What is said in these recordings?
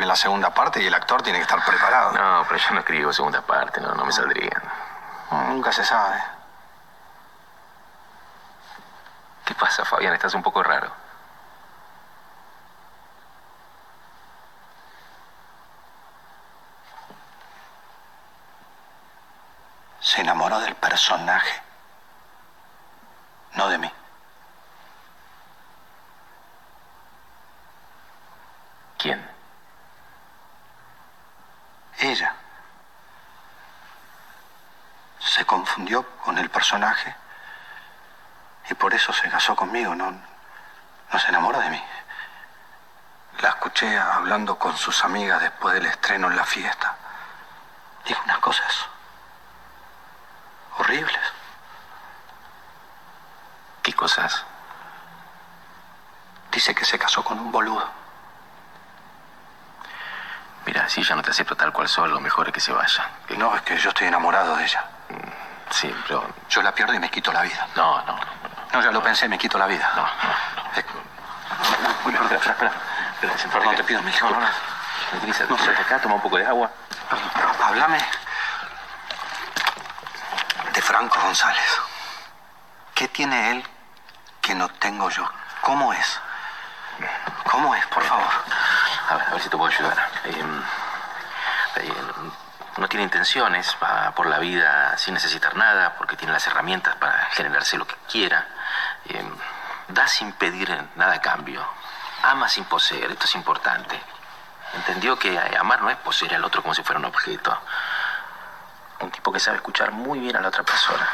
en la segunda parte y el actor tiene que estar preparado. No, pero yo no escribo segunda parte, no me saldrían. Nunca se sabe. ¿Qué pasa, Fabián? Estás un poco raro. Se enamoró del personaje, no de mí. ¿Quién? Ella. Se confundió con el personaje y por eso se casó conmigo, no se enamoró de mí. La escuché hablando con sus amigas después del estreno en la fiesta. Dijo unas cosas horribles. ¿Qué cosas? Dice que se casó con un boludo. Mira, si ella no te acepta tal cual soy, lo mejor es que se vaya. No, es que yo estoy enamorado de ella. Sí, pero... Yo la pierdo y me quito la vida. No, ya lo pensé, me quito la vida. No. Uy, espera. Perdón, te pido mil disculpas. Tranquilízate acá, toma un poco de agua. Háblame de Franco González. ¿Qué tiene él que no tengo yo? ¿Cómo es? ¿Cómo es, por favor? A ver si te puedo ayudar. No tiene intenciones, va por la vida sin necesitar nada, porque tiene las herramientas para generarse lo que quiera. Da sin pedir nada a cambio. Ama sin poseer, esto es importante. Entendió que amar no es poseer al otro como si fuera un objeto. Un tipo que sabe escuchar muy bien a la otra persona.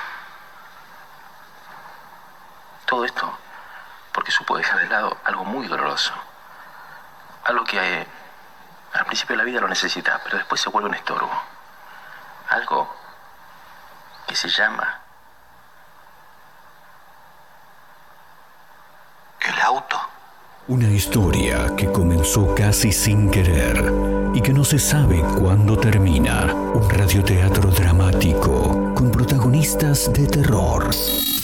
Todo esto porque supo dejar de lado algo muy doloroso. Algo que al principio de la vida lo necesita, pero después se vuelve un estorbo. Algo que se llama... el auto. Una historia que comenzó casi sin querer y que no se sabe cuándo termina. Un radioteatro dramático con protagonistas de terror.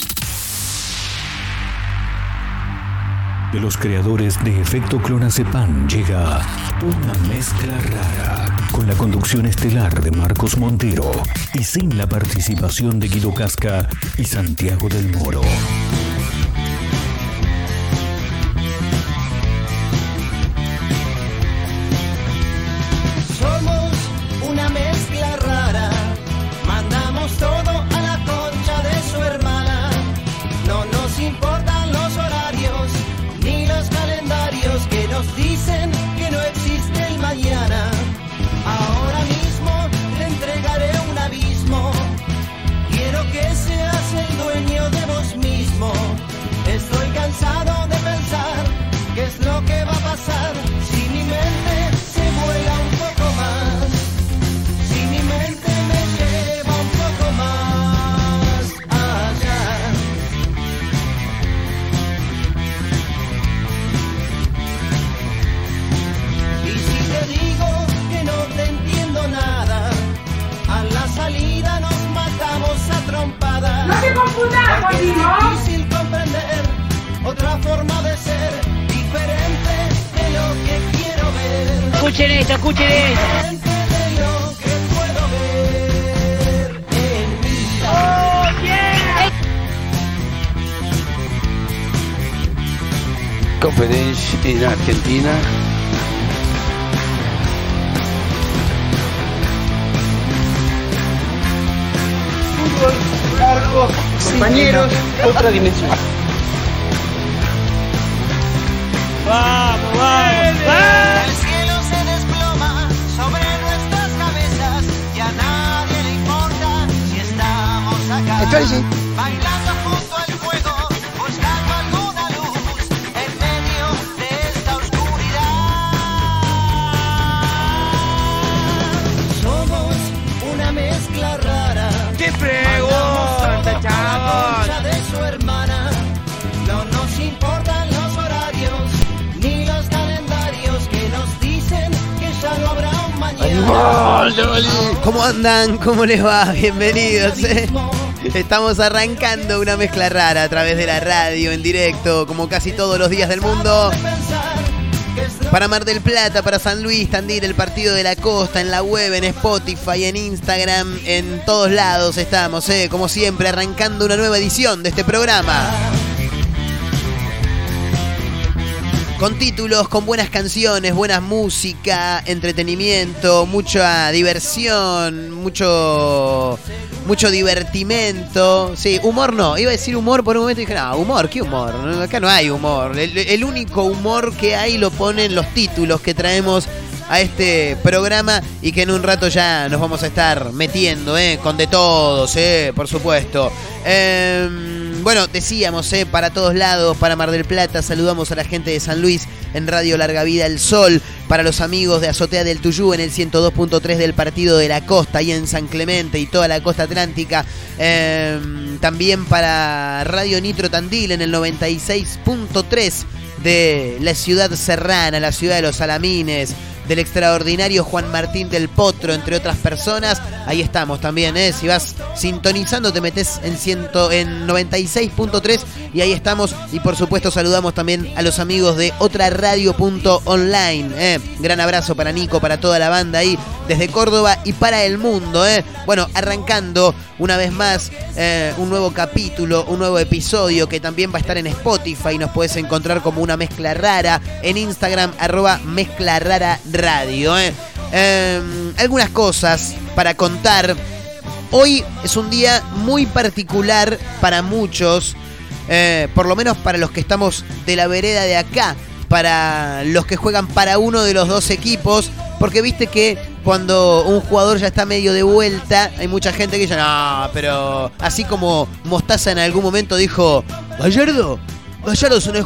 De los creadores de Efecto Clonazepam llega Una Mezcla Rara, con la conducción estelar de Marcos Montero y sin la participación de Guido Casca y Santiago del Moro. Somos una mezcla rara, mandamos todo a la concha de su hermana. No nos importan los horarios ni los calendarios que nos dicen que no existe el mañana. Ahora mismo te entregaré un abismo. Quiero que seas el dueño de vos mismo. Estoy cansado de pensar qué es lo que va a pasar si mi mente se vuela un poco más. Si mi mente me lleva un poco más allá. Y si te digo que no te entiendo nada, a la salida nos matamos a trompadas. ¡No te confundas, porque es Guillermo! difícil comprender otra forma de ser, diferente de lo que quiero ver. Escuchen esto. Diferente de lo que puedo ver en mí. ¡Oh, yeah! Conference en Argentina. Fútbol, arco, compañeros, otra dimensión. ¡Vamos! El cielo se desploma sobre nuestras cabezas y a nadie le importa si estamos acá. Bailando junto al fuego, buscando alguna luz en medio de esta oscuridad. Somos una mezcla rara. ¡Qué pregunta, chavos! De su hermana. No nos importan los horarios ni los calendarios que nos dicen que ya no habrá un mañana. ¿Cómo andan? ¿Cómo les va? Bienvenidos, Estamos arrancando Una Mezcla Rara a través de la radio en directo, como casi todos los días del mundo. Para Mar del Plata, para San Luis, Tandil, el Partido de la Costa, en la web, en Spotify, en Instagram, en todos lados estamos, como siempre, arrancando una nueva edición de este programa. Con títulos, con buenas canciones, buena música, entretenimiento, mucha diversión, mucho divertimento. Sí, humor no. Iba a decir humor por un momento y dije, no, humor, ¿qué humor? Acá no hay humor. El único humor que hay lo ponen los títulos que traemos a este programa y que en un rato ya nos vamos a estar metiendo, con de todos, por supuesto. Bueno, decíamos, para todos lados, para Mar del Plata, saludamos a la gente de San Luis en Radio Larga Vida El Sol, para los amigos de Azotea del Tuyú en el 102.3 del Partido de la Costa y en San Clemente y toda la costa atlántica, también para Radio Nitro Tandil en el 96.3 de la ciudad serrana, la ciudad de los Salamines, del extraordinario Juan Martín del Potro, entre otras personas. Ahí estamos también, si vas sintonizando te metes en 96.3 y ahí estamos. Y por supuesto saludamos también a los amigos de Otra Radio.online. Gran abrazo para Nico, para toda la banda ahí desde Córdoba y para el mundo. Bueno, arrancando una vez más un nuevo capítulo, un nuevo episodio que también va a estar en Spotify. Nos puedes encontrar como Una Mezcla Rara en Instagram, @mezclarararadio. Algunas cosas para contar. Hoy es un día muy particular para muchos, por lo menos para los que estamos de la vereda de acá, para los que juegan para uno de los dos equipos, porque viste que cuando un jugador ya está medio de vuelta, hay mucha gente que dice, no, pero así como Mostaza en algún momento dijo, Gallardo no es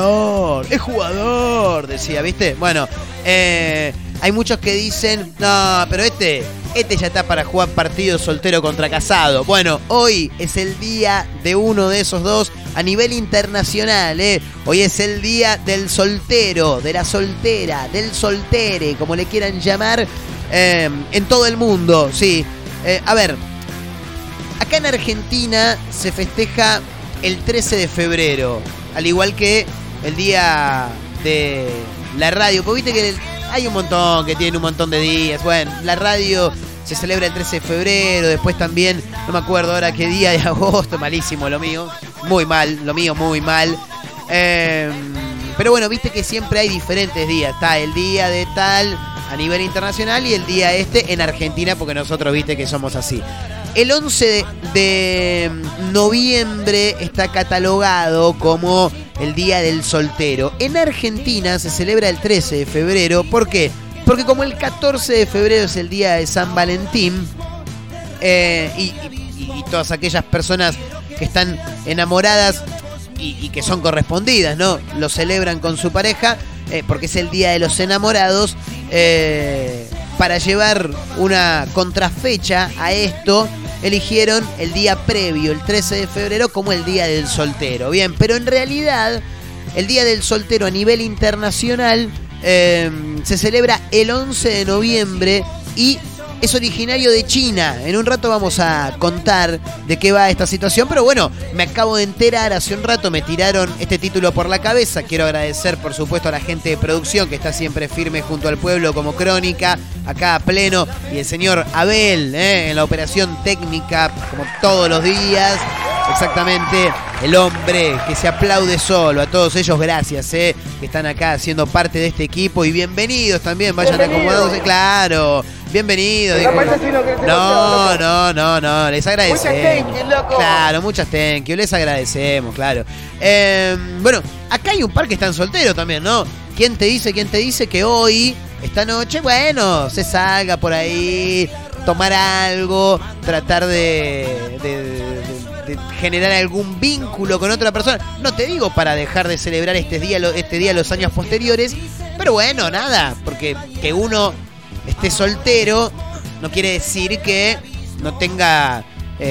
jugador, decía, ¿viste? Bueno, hay muchos que dicen, no, pero este ya está para jugar partido soltero contra casado. Bueno, hoy es el día de uno de esos dos a nivel internacional, Hoy es el día del soltero, de la soltera, del soltere, como le quieran llamar, en todo el mundo, sí. A ver, acá en Argentina se festeja el 13 de febrero, al igual que el día de la radio, porque viste que hay un montón que tienen un montón de días. Bueno, la radio se celebra el 13 de febrero, después también, no me acuerdo ahora qué día de agosto, malísimo lo mío, muy mal, lo mío muy mal. Pero bueno, viste que siempre hay diferentes días, está el día de tal a nivel internacional y el día en Argentina, porque nosotros viste que somos así. El 11 de noviembre está catalogado como el Día del Soltero. En Argentina se celebra el 13 de febrero. ¿Por qué? Porque como el 14 de febrero es el Día de San Valentín, y todas aquellas personas que están enamoradas y que son correspondidas, ¿no? Lo celebran con su pareja, porque es el Día de los Enamorados. Para llevar una contrafecha a esto, eligieron el día previo, el 13 de febrero, como el Día del Soltero. Bien, pero en realidad el Día del Soltero a nivel internacional se celebra el 11 de noviembre y es originario de China. En un rato vamos a contar de qué va esta situación, pero bueno, me acabo de enterar, hace un rato me tiraron este título por la cabeza. Quiero agradecer, por supuesto, a la gente de producción que está siempre firme junto al pueblo como Crónica, acá a pleno, y el señor Abel, en la operación técnica, como todos los días. Exactamente, el hombre que se aplaude solo. A todos ellos, gracias, que están acá siendo parte de este equipo. Y bienvenidos también, vayan acomodándose. Claro, bienvenidos. No, les agradecemos. Claro, muchas thank you, les agradecemos, claro. Bueno, acá hay un par que están solteros también, ¿no? ¿Quién te dice que hoy, esta noche, bueno, se salga por ahí, tomar algo, tratar de generar algún vínculo con otra persona? No te digo para dejar de celebrar este día los años posteriores, pero bueno, nada, porque que uno esté soltero no quiere decir que no tenga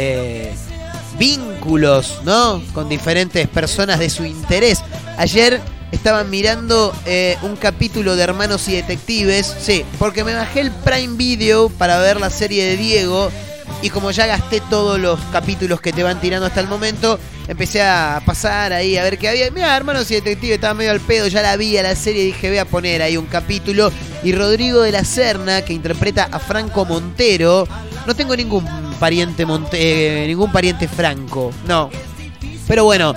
vínculos, ¿no? Con diferentes personas de su interés. Ayer estaban mirando un capítulo de Hermanos y Detectives, sí, porque me bajé el Prime Video para ver la serie de Diego. Y como ya gasté todos los capítulos que te van tirando hasta el momento, empecé a pasar ahí a ver qué había. Mirá, Hermanos y Detective, estaba medio al pedo, ya la vi a la serie, dije voy a poner ahí un capítulo. Y Rodrigo de la Serna, que interpreta a Franco Montero, no tengo ningún pariente Franco, no. Pero bueno,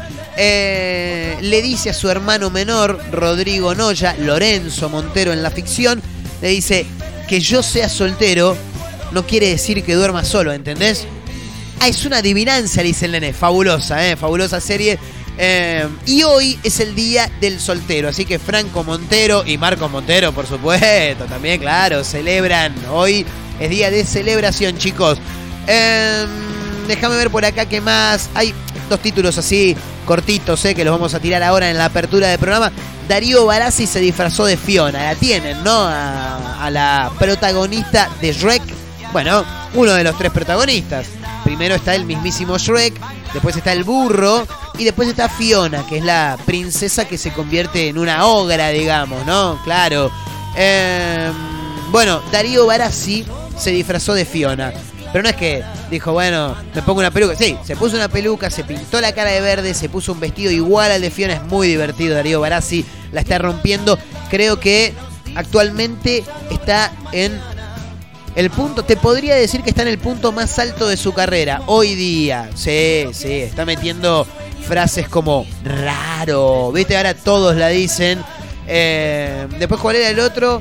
le dice a su hermano menor, Rodrigo Noya, Lorenzo Montero en la ficción, le dice que yo sea soltero no quiere decir que duerma solo, ¿entendés? Ah, es una adivinanza, le dice el nene. Fabulosa, fabulosa serie. Y hoy es el día del soltero, así que Franco Montero y Marcos Montero, por supuesto, también, claro, celebran. Hoy es día de celebración, chicos. Déjame ver por acá qué más. Hay 2 títulos así cortitos, que los vamos a tirar ahora en la apertura del programa. Darío Barassi se disfrazó de Fiona. La tienen, ¿no? A la protagonista de Shrek. Bueno, uno de los 3 protagonistas. Primero está el mismísimo Shrek, después está el burro y después está Fiona, que es la princesa que se convierte en una ogra, digamos, ¿no? Claro. Bueno, Darío Barassi se disfrazó de Fiona. Pero no es que dijo, bueno, me pongo una peluca. Sí, se puso una peluca, se pintó la cara de verde, se puso un vestido igual al de Fiona. Es muy divertido, Darío Barassi la está rompiendo. Creo que actualmente está en el punto, te podría decir que está en el punto más alto de su carrera. Hoy día, sí, está metiendo frases como raro, ¿viste? Ahora todos la dicen. Después, ¿cuál era el otro?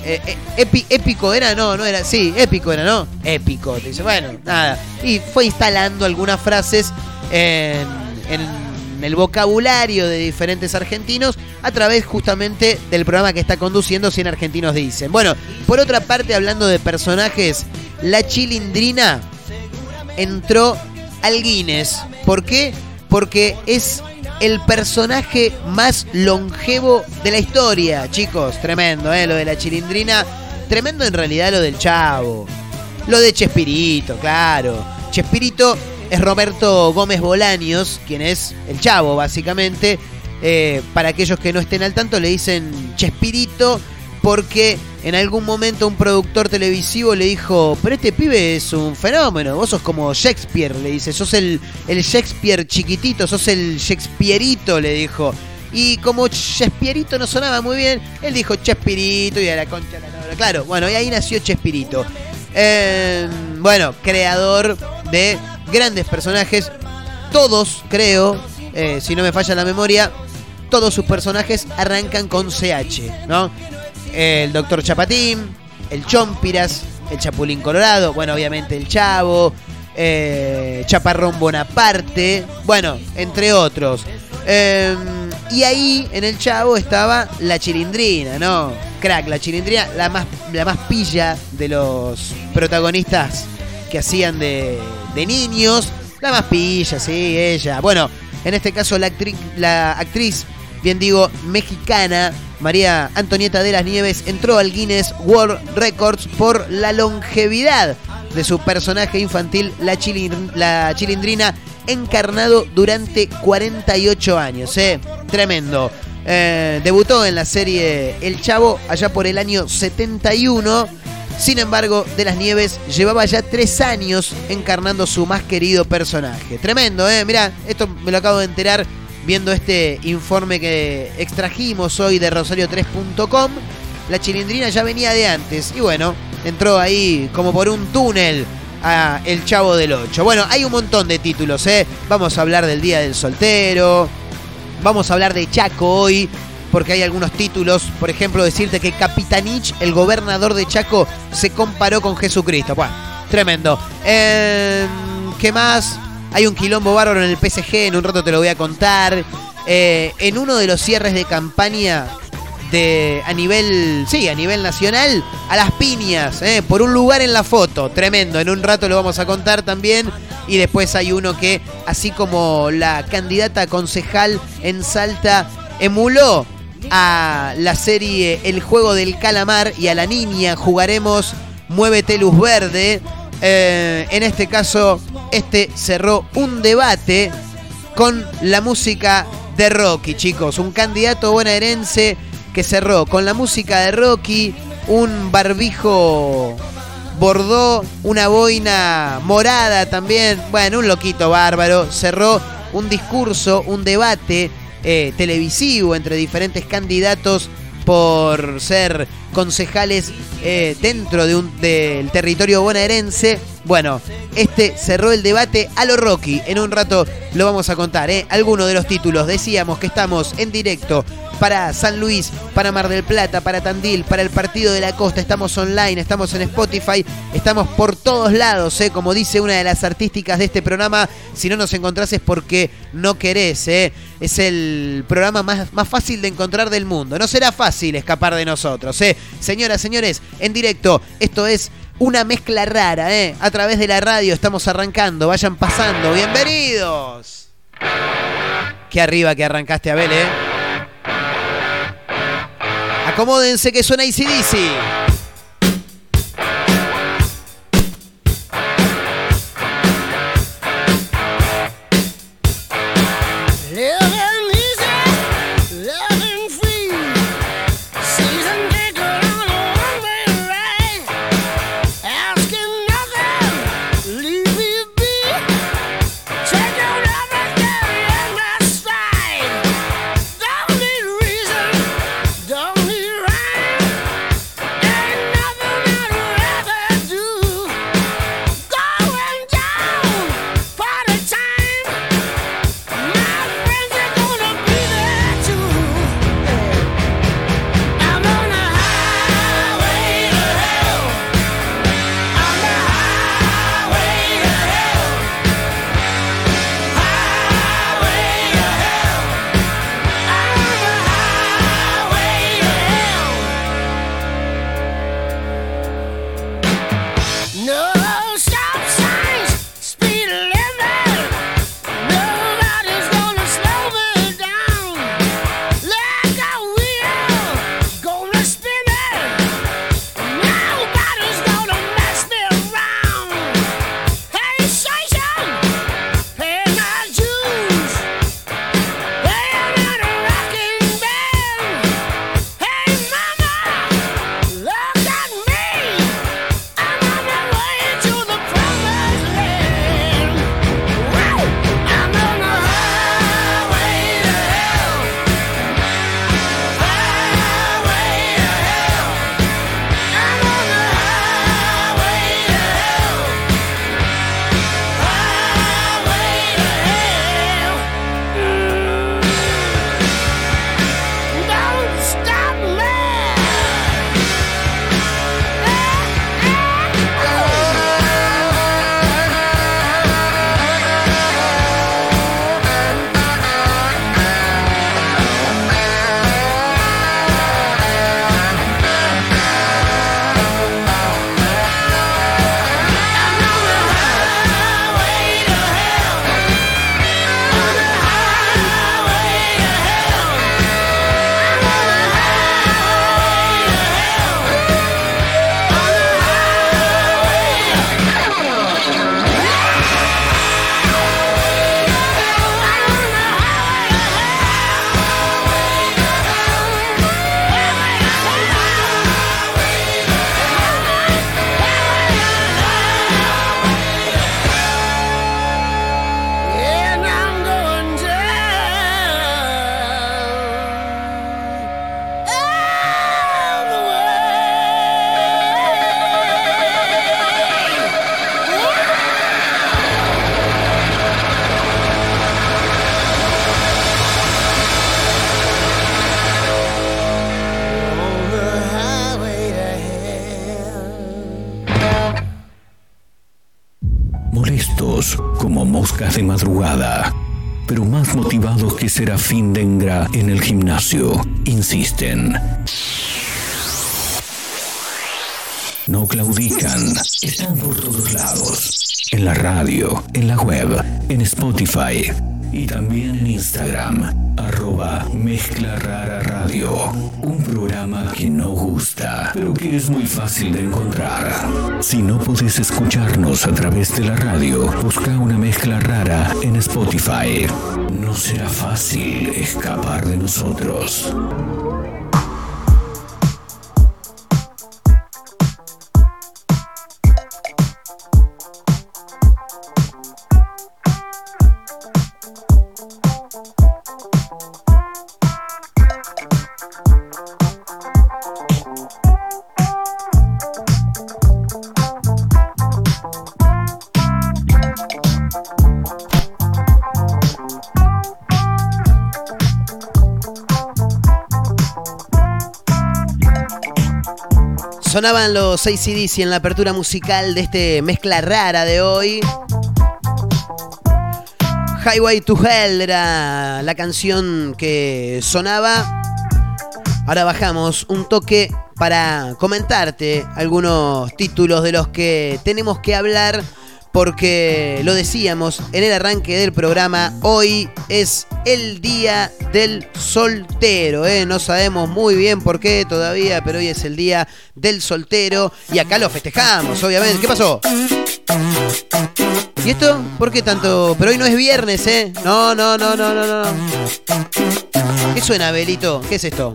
Épico era, no era, sí, épico era, ¿no? Épico, te dice, bueno, nada. Y fue instalando algunas frases en el vocabulario de diferentes argentinos a través justamente del programa que está conduciendo 100 Argentinos Dicen. Bueno, por otra parte, hablando de personajes, la Chilindrina entró al Guinness. ¿Por qué? Porque es el personaje más longevo de la historia, chicos. Tremendo, lo de la Chilindrina. Tremendo en realidad lo del Chavo. Lo de Chespirito, claro. Chespirito es Roberto Gómez Bolaños, quien es el Chavo, básicamente. Para aquellos que no estén al tanto, le dicen Chespirito porque en algún momento un productor televisivo le dijo, pero este pibe es un fenómeno, vos sos como Shakespeare, le dice, sos el Shakespeare chiquitito, sos el Shakespearito, le dijo. Y como Shakespearito no sonaba muy bien, él dijo Chespirito y a la concha de la lora. Claro, bueno, y ahí nació Chespirito. Bueno, creador de grandes personajes, todos, creo, si no me falla la memoria, todos sus personajes arrancan con CH, ¿no? El Doctor Chapatín, el Chompiras, el Chapulín Colorado, bueno, obviamente el Chavo, Chaparrón Bonaparte, bueno, entre otros. Y ahí en el Chavo estaba la Chilindrina, ¿no? Crack, la Chilindrina, la más pilla de los protagonistas que hacían de niños. La más pilla, sí, ella. Bueno, en este caso la actriz, bien digo, mexicana, María Antonieta de las Nieves, entró al Guinness World Records por la longevidad de su personaje infantil, la Chilindrina, encarnado durante 48 años. Tremendo. Debutó en la serie El Chavo allá por el año 71. Sin embargo, de las Nieves llevaba ya 3 años encarnando su más querido personaje. Tremendo, mirá, esto me lo acabo de enterar viendo este informe que extrajimos hoy de Rosario3.com. La Chilindrina ya venía de antes y bueno, entró ahí como por un túnel a El Chavo del Ocho. Bueno, hay un montón de títulos, Vamos a hablar del Día del Soltero, vamos a hablar de Chaco hoy, porque hay algunos títulos, por ejemplo, decirte que Capitanich, el gobernador de Chaco, se comparó con Jesucristo. Bueno, tremendo. ¿Qué más? Hay un quilombo bárbaro en el PSG, en un rato te lo voy a contar. En uno de los cierres de campaña a nivel nacional, a las piñas, por un lugar en la foto. Tremendo, en un rato lo vamos a contar también. Y después hay uno que, así como la candidata a concejal en Salta emuló a la serie El Juego del Calamar y a la niña Jugaremos Muévete Luz Verde, en este caso cerró un debate con la música de Rocky, chicos. Un candidato bonaerense que cerró con la música de Rocky, un barbijo bordó, una boina morada también, bueno, un loquito bárbaro, cerró un discurso, un debate televisivo entre diferentes candidatos por ser concejales dentro del territorio bonaerense. Bueno, cerró el debate a lo Rocky. En un rato lo vamos a contar, algunos de los títulos. Decíamos que estamos en directo para San Luis, para Mar del Plata, para Tandil, para el Partido de la Costa. Estamos online, estamos en Spotify, estamos por todos lados, como dice una de las artísticas de este programa. Si no nos encontrás es porque no querés, Es el programa más fácil de encontrar del mundo. No será fácil escapar de nosotros, Señoras, señores, en directo, esto es Una Mezcla Rara, A través de la radio estamos arrancando. Vayan pasando, bienvenidos. Qué arriba que arrancaste, Abel, Acomódense que suena AC/DC. Como moscas de madrugada, pero más motivados que Serafín Dengra en el gimnasio, insisten. No claudican, están por todos lados, en la radio, en la web, en Spotify y también en Instagram, @Mezcla Rara Radio. Un programa que no gusta, pero que es muy fácil de encontrar. Si no podés escucharnos a través de la radio, busca Una Mezcla Rara en Spotify. No será fácil escapar de nosotros. Sonaban los AC/DC en la apertura musical de este mezcla rara de hoy. Highway to Hell era la canción que sonaba. Ahora bajamos un toque para comentarte algunos títulos de los que tenemos que hablar, porque lo decíamos en el arranque del programa, hoy es el día del soltero, No sabemos muy bien por qué todavía, pero hoy es el día del soltero y acá lo festejamos, obviamente. ¿Qué pasó? ¿Y esto? ¿Por qué tanto? Pero hoy no es viernes, No. ¿Qué suena, Belito? ¿Qué es esto?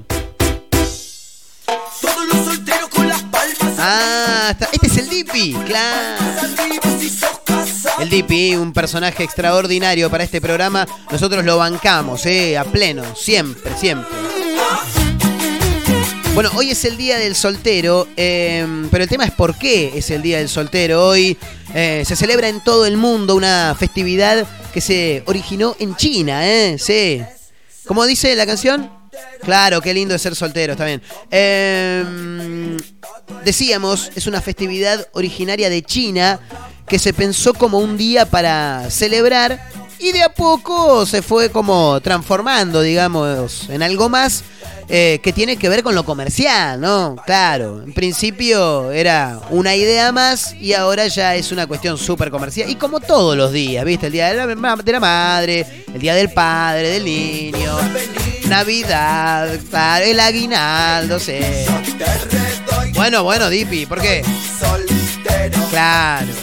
Todos los solteros con las palmas. Ah, este es el Dipi, claro. El Dipi, un personaje extraordinario para este programa. Nosotros lo bancamos, a pleno, siempre. Bueno, hoy es el día del soltero, pero el tema es por qué es el día del soltero. Hoy se celebra en todo el mundo una festividad que se originó en China, Sí. ¿Cómo dice la canción? Claro, qué lindo es ser soltero, está bien. Decíamos, es una festividad originaria de China que se pensó como un día para celebrar y de a poco se fue como transformando, digamos, en algo más que tiene que ver con lo comercial, ¿no? Claro, en principio era una idea más y ahora ya es una cuestión súper comercial. Y como todos los días, ¿viste? El día de la madre, el día del padre, del niño, Navidad, claro, el aguinaldo, sí. Bueno, Dipi, ¿por qué? Claro.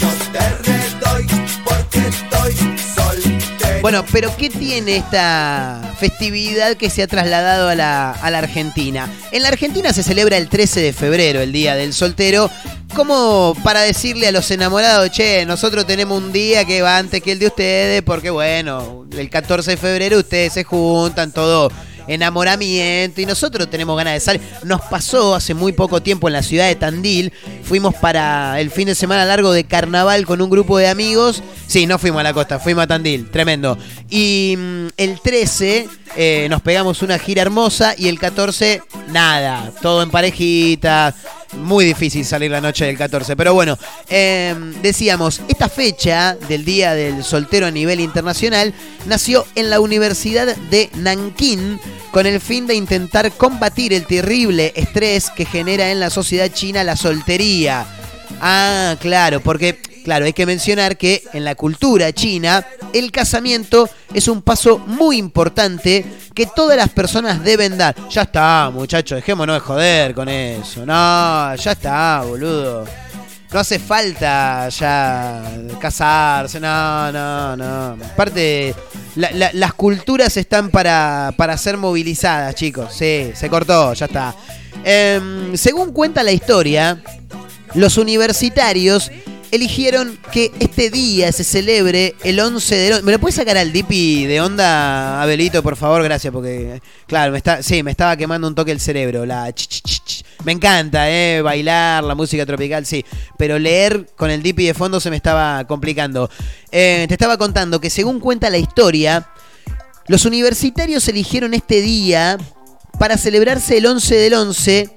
Bueno, pero ¿qué tiene esta festividad que se ha trasladado a la Argentina? En la Argentina se celebra el 13 de febrero, el Día del Soltero, como para decirle a los enamorados, che, nosotros tenemos un día que va antes que el de ustedes, porque bueno, el 14 de febrero ustedes se juntan, todo enamoramiento, y nosotros tenemos ganas de salir. Nos pasó hace muy poco tiempo en la ciudad de Tandil, fuimos para el fin de semana largo de carnaval con un grupo de amigos. Sí, no fuimos a la costa, fuimos a Tandil, tremendo. Y el 13 nos pegamos una gira hermosa y el 14 nada, todo en parejita. Muy difícil salir la noche del 14, pero bueno, decíamos, esta fecha del Día del Soltero a nivel internacional nació en la Universidad de Nankín con el fin de intentar combatir el terrible estrés que genera en la sociedad china la soltería. Ah, claro, porque claro, hay que mencionar que en la cultura china el casamiento es un paso muy importante que todas las personas deben dar. Ya está, muchachos, dejémonos de joder con eso. No, ya está, boludo. No hace falta ya casarse, no. Aparte, las culturas están para ser movilizadas, chicos. Sí, se cortó, ya está. Según cuenta la historia, los universitarios eligieron que este día se celebre el 11 de... ¿Me lo puedes sacar al Dipi de onda, Abelito, por favor? Gracias, porque... Claro, me estaba quemando un toque el cerebro. Me encanta, bailar, la música tropical, sí. Pero leer con el Dipi de fondo se me estaba complicando. Te estaba contando que según cuenta la historia, los universitarios eligieron este día para celebrarse el 11 del 11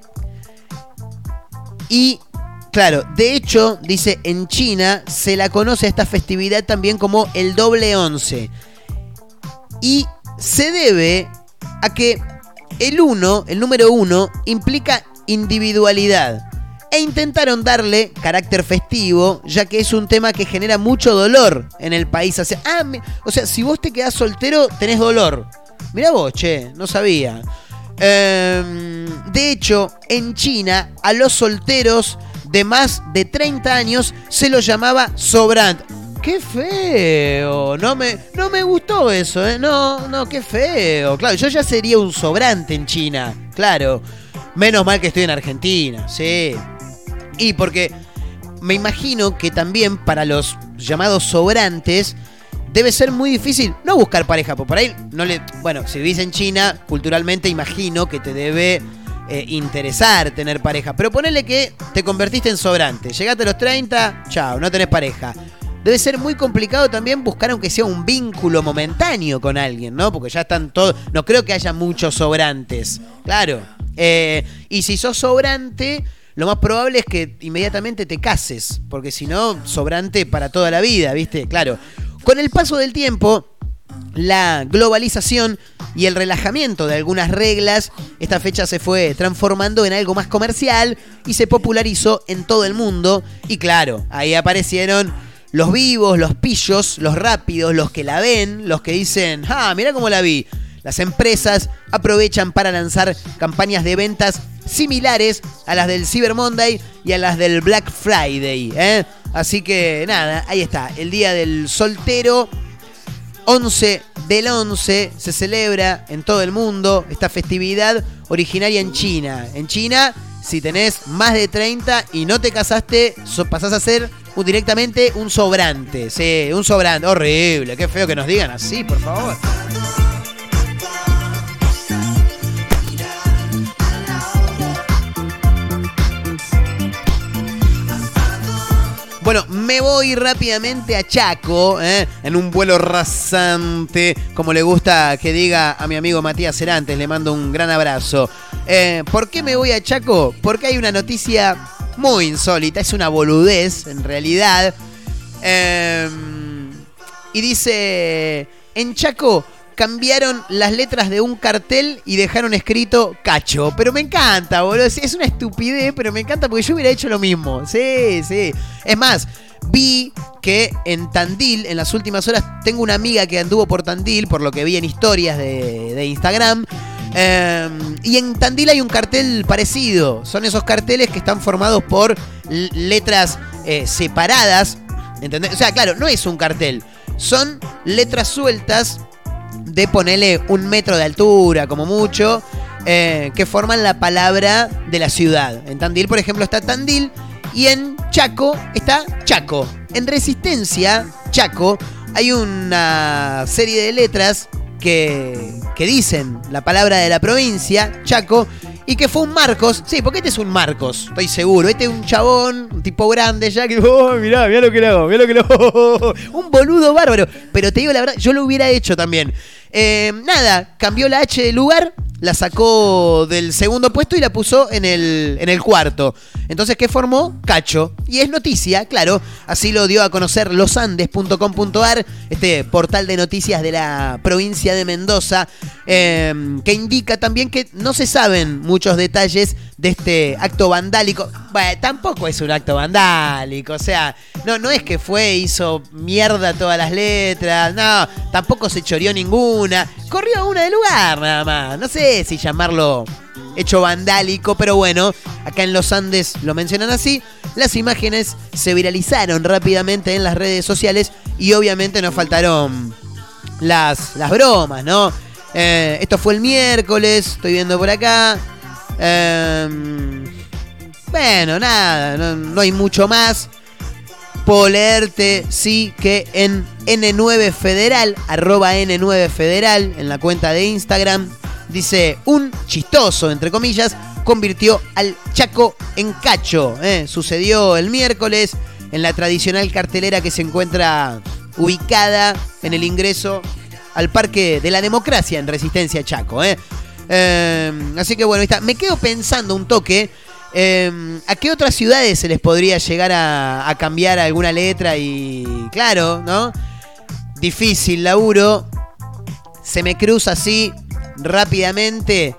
y... Claro, de hecho, dice, en China se la conoce a esta festividad también como el doble 11. Y se debe a que el número 1, implica individualidad. E intentaron darle carácter festivo, ya que es un tema que genera mucho dolor en el país. O sea, si vos te quedás soltero, tenés dolor. Mirá vos, che, no sabía. De hecho, en China, a los solteros de más de 30 años se lo llamaba sobrante. ¡Qué feo! No me gustó eso, No, qué feo. Claro, yo ya sería un sobrante en China. Claro. Menos mal que estoy en Argentina, sí. Y porque me imagino que también para los llamados sobrantes debe ser muy difícil no buscar pareja. Por ahí bueno, si vivís en China, culturalmente imagino que te debe interesar tener pareja. Pero ponele que te convertiste en sobrante. Llegaste a los 30, chao, no tenés pareja. Debe ser muy complicado también buscar aunque sea un vínculo momentáneo con alguien, ¿no? Porque ya están todos... No creo que haya muchos sobrantes. Claro. Y si sos sobrante, lo más probable es que inmediatamente te cases, porque si no, sobrante para toda la vida, ¿viste? Claro. Con el paso del tiempo, la globalización y el relajamiento de algunas reglas, esta fecha se fue transformando en algo más comercial y se popularizó en todo el mundo. Y claro, ahí aparecieron los vivos, los pillos, los rápidos, los que la ven, los que dicen, mirá cómo la vi. Las empresas aprovechan para lanzar campañas de ventas similares a las del Cyber Monday y a las del Black Friday, ¿eh? Así que nada, ahí está, el Día del Soltero, 11 del 11, se celebra en todo el mundo esta festividad originaria en China. En China, si tenés más de 30 y no te casaste, pasás a ser directamente un sobrante. Sí, un sobrante, horrible, qué feo que nos digan así, por favor. Bueno, me voy rápidamente a Chaco, en un vuelo rasante, como le gusta que diga a mi amigo Matías Cerantes, le mando un gran abrazo. ¿Por qué me voy a Chaco? Porque hay una noticia muy insólita, es una boludez en realidad. Y dice, en Chaco cambiaron las letras de un cartel y dejaron escrito Cacho. Pero me encanta, boludo. Es una estupidez, pero me encanta porque yo hubiera hecho lo mismo. Sí, sí. Es más, vi que en Tandil, en las últimas horas, tengo una amiga que anduvo por Tandil, por lo que vi en historias de Instagram. Y en Tandil hay un cartel parecido. Son esos carteles que están formados por letras separadas. ¿Entendés? O sea, claro, no es un cartel. Son letras sueltas de ponerle 1 metro de altura, como mucho, que forman la palabra de la ciudad. En Tandil, por ejemplo, está Tandil, y en Chaco está Chaco. En Resistencia, Chaco, hay una serie de letras que dicen la palabra de la provincia, Chaco, y que fue un Marcos. Sí, porque este es un Marcos, estoy seguro. Este es un chabón, un tipo grande ya, que mirá lo que le hago, un boludo bárbaro. Pero te digo la verdad, yo lo hubiera hecho también. Nada, cambió la H de lugar, la sacó del segundo puesto y la puso en el cuarto. Entonces, ¿qué formó? Cacho. Y es noticia, claro. Así lo dio a conocer losandes.com.ar, este portal de noticias de la provincia de Mendoza, que indica también que no se saben muchos detalles de este acto vandálico. Bueno, tampoco es un acto vandálico, o sea, no es que hizo mierda todas las letras, no, tampoco se choreó ninguna, corrió una de lugar nada más, no sé si llamarlo hecho vandálico, pero bueno, acá en los Andes lo mencionan así. Las imágenes se viralizaron rápidamente en las redes sociales y obviamente no faltaron las bromas, ¿no? Esto fue el miércoles, estoy viendo por acá. Bueno, nada, no hay mucho más. Puedo leerte, sí, que en N9 Federal, @N9 Federal, en la cuenta de Instagram, dice, un chistoso, entre comillas, convirtió al Chaco en Cacho. Sucedió el miércoles en la tradicional cartelera que se encuentra ubicada en el ingreso al Parque de la Democracia en Resistencia, Chaco. Así que bueno, ahí está. Me quedo pensando un toque, ¿a qué otras ciudades se les podría llegar a cambiar alguna letra? Y claro, ¿no? Difícil laburo. Se me cruza así rápidamente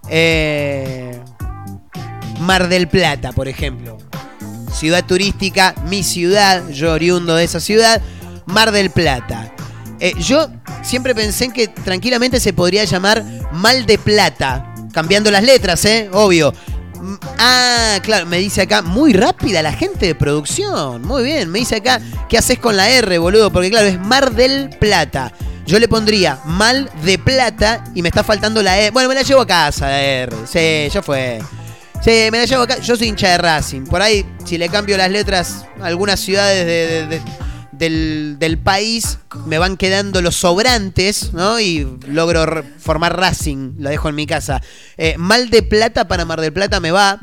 Mar del Plata, por ejemplo. Ciudad turística, mi ciudad, yo oriundo de esa ciudad, Mar del Plata. Yo siempre pensé en que tranquilamente se podría llamar Mal de Plata, cambiando las letras, obvio. Claro, me dice acá, muy rápida la gente de producción, muy bien, me dice acá, ¿qué haces con la R, boludo? Porque claro, es Mar del Plata. Yo le pondría Mal de Plata y me está faltando la E. Bueno, me la llevo a casa la R. Sí, ya fue. Sí, me la llevo acá. Yo soy hincha de Racing. Por ahí, si le cambio las letras a algunas ciudades del país, me van quedando los sobrantes, ¿no? Y logro formar Racing. Lo dejo en mi casa. Mal de Plata para Mar del Plata me va.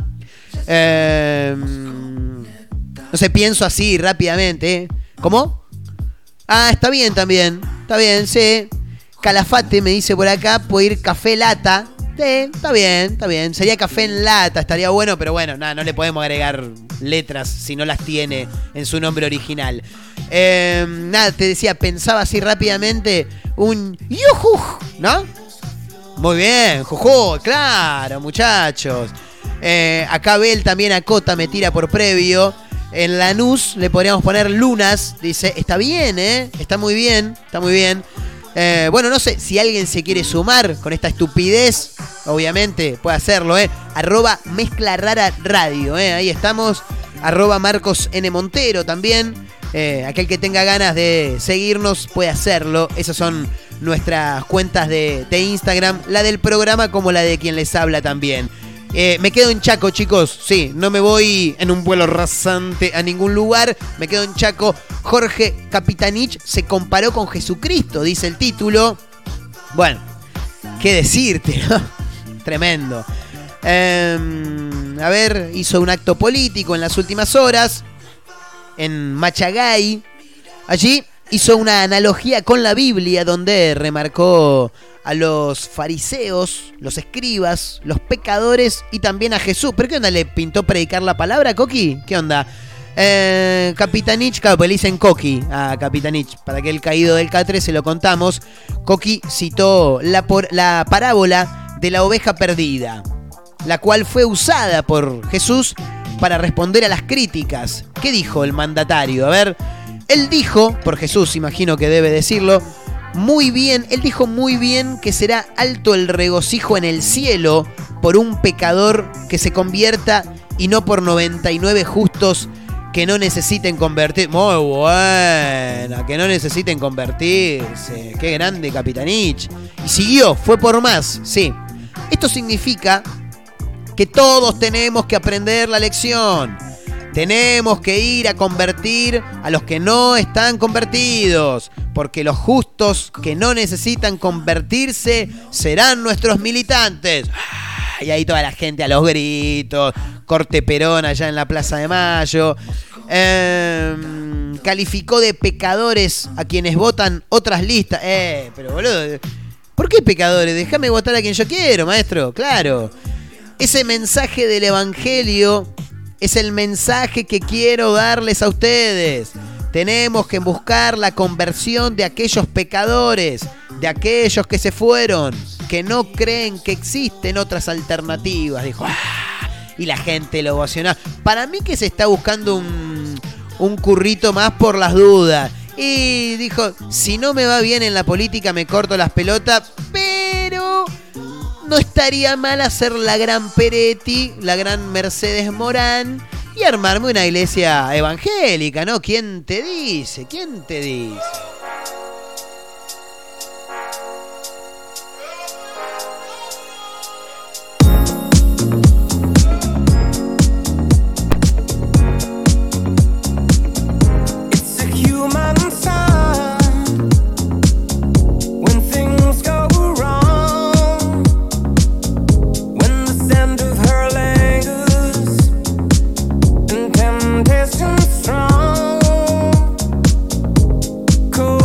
No sé, pienso así rápidamente. ¿Cómo? Está bien también. Está bien, sí. Calafate me dice por acá, puede ir Café Lata. Sí, está bien. Sería café en lata, estaría bueno, pero bueno, nada, no le podemos agregar letras si no las tiene en su nombre original. Nada, te decía, pensaba así rápidamente un yujú, ¿no? Muy bien, jujú, claro, muchachos. Acá Bel también acota, me tira por previo. En Lanús le podríamos poner lunas. Dice, está bien, está muy bien. Bueno, no sé si alguien se quiere sumar con esta estupidez. Obviamente puede hacerlo, @ Mezcla Rara Radio, ahí estamos. @ Marcos N. Montero también. Aquel que tenga ganas de seguirnos puede hacerlo. Esas son nuestras cuentas de Instagram, la del programa como la de quien les habla también. Me quedo en Chaco, chicos. Sí, no me voy en un vuelo rasante a ningún lugar. Me quedo en Chaco. Jorge Capitanich se comparó con Jesucristo, dice el título. Bueno, qué decirte, ¿no? Tremendo. A ver, hizo un acto político en las últimas horas en Machagay. Allí hizo una analogía con la Biblia donde remarcó a los fariseos, los escribas, los pecadores y también a Jesús. ¿Pero qué onda? ¿Le pintó predicar la palabra, Coqui? ¿Qué onda? Capitanich, claro, pues le dicen Coqui a Capitanich. Para que el caído del Catre se lo contamos. Coqui citó la parábola de la oveja perdida, la cual fue usada por Jesús para responder a las críticas. ¿Qué dijo el mandatario? A ver, él dijo, por Jesús imagino que debe decirlo, él dijo muy bien que será alto el regocijo en el cielo por un pecador que se convierta y no por 99 justos que no necesiten convertirse. Muy buena, que no necesiten convertirse. Qué grande Capitanich. Y siguió, fue por más, sí. Esto significa que todos tenemos que aprender la lección. Tenemos que ir a convertir a los que no están convertidos, porque los justos que no necesitan convertirse serán nuestros militantes. Y ahí toda la gente a los gritos, corte Perón allá en la Plaza de Mayo. Calificó de pecadores a quienes votan otras listas. Pero boludo, ¿por qué pecadores? Déjame votar a quien yo quiero, maestro, claro. Ese mensaje del Evangelio es el mensaje que quiero darles a ustedes. Tenemos que buscar la conversión de aquellos pecadores, de aquellos que se fueron, que no creen que existen otras alternativas. Dijo, y la gente lo ovacionó. Para mí que se está buscando un currito más por las dudas. Y dijo, si no me va bien en la política me corto las pelotas, pero no estaría mal hacer la gran Peretti, la gran Mercedes Morán y armarme una iglesia evangélica, ¿no? ¿Quién te dice? ¿Quién te dice? Strong, cold.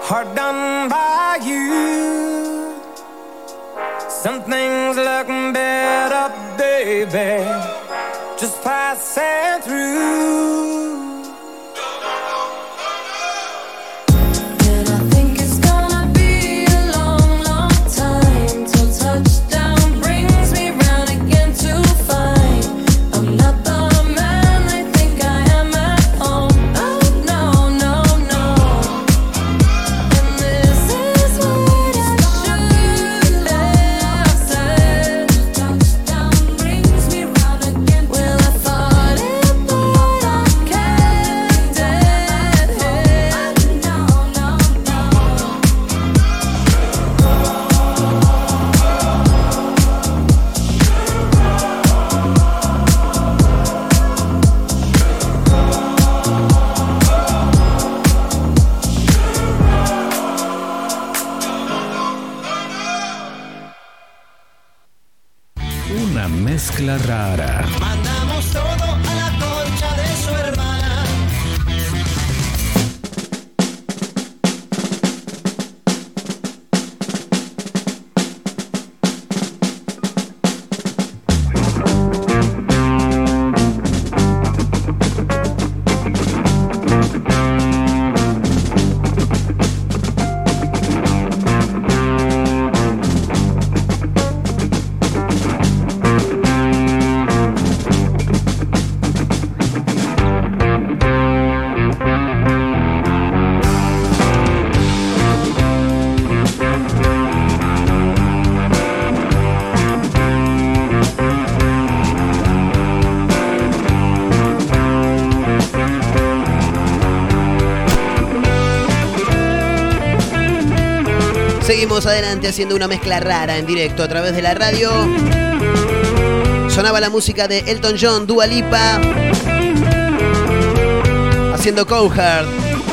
hard done by you. Some things look better, baby, just passing through. Mezcla rara. Mandamos todo a la concha de su hermana. Seguimos adelante haciendo una mezcla rara en directo a través de la radio. Sonaba la música de Elton John, Dua Lipa, haciendo Cold Heart.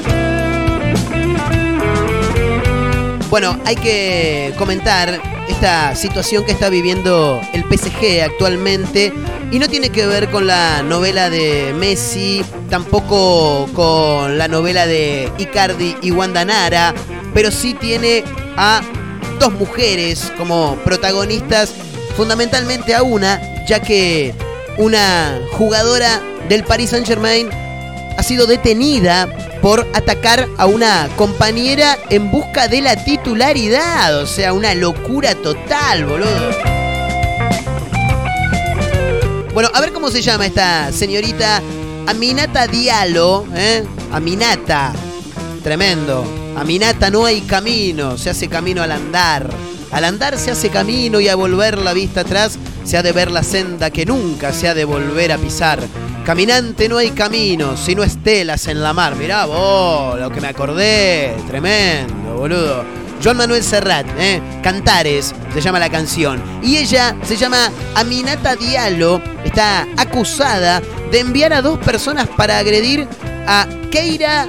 Bueno, hay que comentar esta situación que está viviendo el PSG actualmente y no tiene que ver con la novela de Messi, tampoco con la novela de Icardi y Wanda Nara, pero sí tiene a dos mujeres como protagonistas, fundamentalmente a una, ya que una jugadora del Paris Saint-Germain ha sido detenida por atacar a una compañera en busca de la titularidad. O sea, una locura total, boludo. Bueno, a ver cómo se llama esta señorita Aminata Diallo, Aminata, tremendo. Aminata, no hay camino, se hace camino al andar. Al andar se hace camino y a volver la vista atrás se ha de ver la senda que nunca se ha de volver a pisar. Caminante no hay camino, sino estelas en la mar. Mirá vos, lo que me acordé, tremendo, boludo. Joan Manuel Serrat, Cantares, se llama la canción. Y ella se llama Aminata Diallo, está acusada de enviar a dos personas para agredir a Keira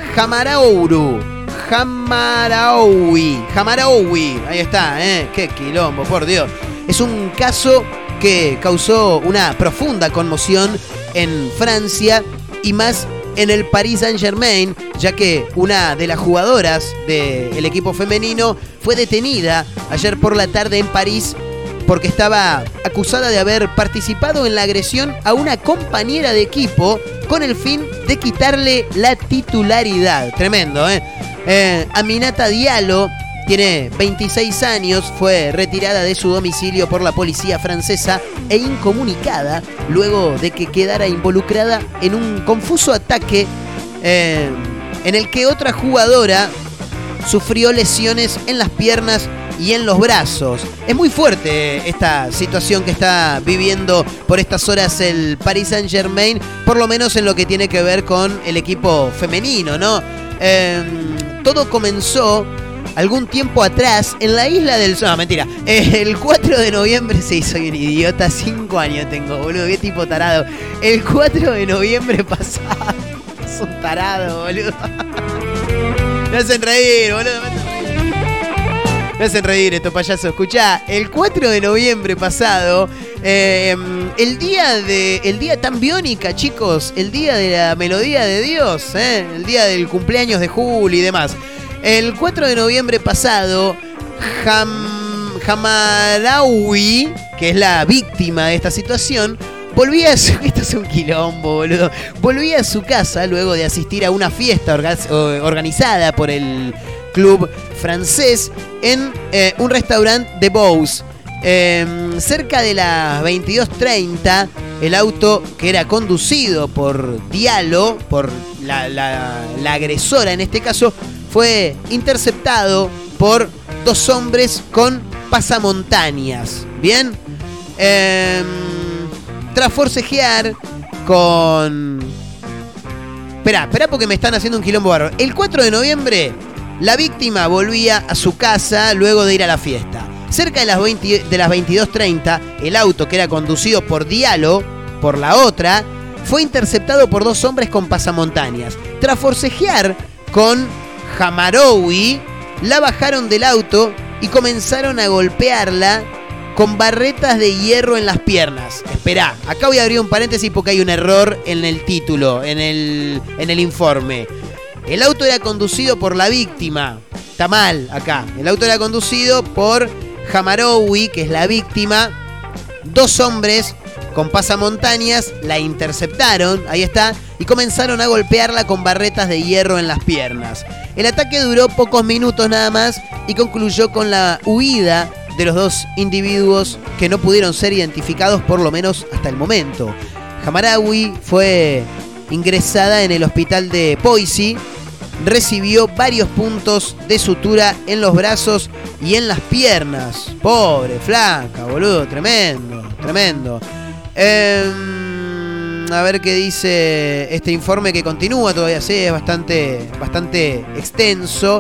Hamaraoui, ahí está, qué quilombo, por Dios. Es un caso que causó una profunda conmoción en Francia y más en el Paris Saint-Germain, ya que una de las jugadoras del equipo femenino fue detenida ayer por la tarde en París porque estaba acusada de haber participado en la agresión a una compañera de equipo con el fin de quitarle la titularidad. Tremendo, Aminata Diallo tiene 26 años, fue retirada de su domicilio por la policía francesa e incomunicada luego de que quedara involucrada en un confuso ataque en el que otra jugadora sufrió lesiones en las piernas y en los brazos. Es muy fuerte esta situación que está viviendo por estas horas el Paris Saint-Germain, por lo menos en lo que tiene que ver con el equipo femenino, ¿no? Todo comenzó algún tiempo atrás en la isla del Sol. No, mentira. El 4 de noviembre, sí, soy un idiota, 5 años tengo, boludo, qué tipo tarado. El 4 de noviembre pasado. Es un tarado, boludo. Me hacen reír, boludo. Me hacen reír estos payasos. Escuchá, el 4 de noviembre pasado, el día tan biónica, chicos, el día de la melodía de Dios, el día del cumpleaños de Juli y demás. El 4 de noviembre pasado, Hamaraoui, que es la víctima de esta situación, volvía a su... Esto es un quilombo, boludo. Volvía a su casa luego de asistir a una fiesta organizada por el club francés en un restaurante de Beauce. Cerca de las 22:30, el auto que era conducido por Diallo, por la agresora en este caso, fue interceptado por dos hombres con pasamontañas. Bien. Tras forcejear con... Esperá porque me están haciendo un quilombo bárbaro. El 4 de noviembre, la víctima volvía a su casa luego de ir a la fiesta. Cerca de las 22:30, el auto que era conducido por Diallo, por la otra, fue interceptado por dos hombres con pasamontañas. Tras forcejear con Hamaraoui, la bajaron del auto y comenzaron a golpearla con barretas de hierro en las piernas. Esperá, acá voy a abrir un paréntesis porque hay un error en el título, en el informe. El auto era conducido por la víctima. Está mal acá. El auto era conducido por Hamaraoui, que es la víctima. Dos hombres con pasamontañas la interceptaron, ahí está, y comenzaron a golpearla con barretas de hierro en las piernas. El ataque duró pocos minutos nada más y concluyó con la huida de los dos individuos que no pudieron ser identificados por lo menos hasta el momento. Hamaraoui fue ingresada en el hospital de Poissy, recibió varios puntos de sutura en los brazos y en las piernas. Pobre, flaca, boludo, tremendo. A ver qué dice este informe que continúa todavía, sí, es bastante extenso.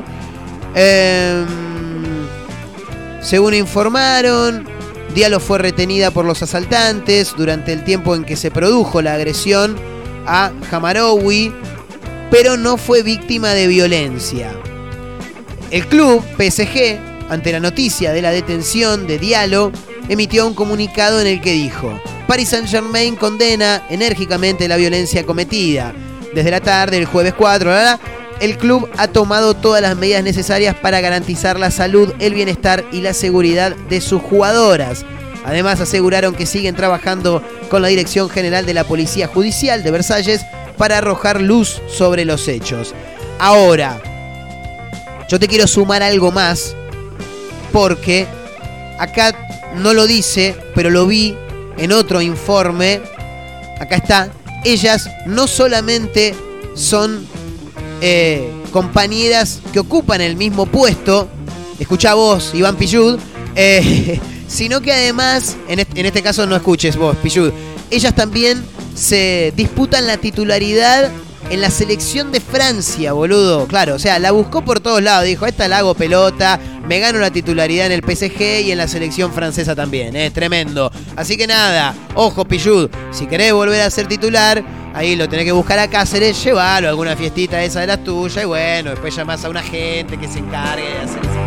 Según informaron, Diallo fue retenida por los asaltantes durante el tiempo en que se produjo la agresión a Hamaraoui, pero no fue víctima de violencia. El club PSG, ante la noticia de la detención de Diallo, emitió un comunicado en el que dijo: Paris Saint-Germain condena enérgicamente la violencia cometida. Desde la tarde del jueves 4, el club ha tomado todas las medidas necesarias para garantizar la salud, el bienestar y la seguridad de sus jugadoras. Además, aseguraron que siguen trabajando con la Dirección General de la Policía Judicial de Versalles para arrojar luz sobre los hechos. Ahora, yo te quiero sumar algo más, porque acá no lo dice, pero lo vi en otro informe. Acá está. Ellas no solamente son compañeras que ocupan el mismo puesto, escuchá vos, Iván Pillud, sino que además, en este caso no escuches vos, Pillud, ellas también se disputan la titularidad en la selección de Francia, boludo. Claro, o sea, la buscó por todos lados. Dijo, esta la hago pelota, me gano la titularidad en el PSG y en la selección francesa también, tremendo. Así que nada, ojo, Pillud, si querés volver a ser titular, ahí lo tenés que buscar a Cáceres, llevalo a alguna fiestita esa de las tuyas y bueno, después llamás a una gente que se encargue de hacer eso.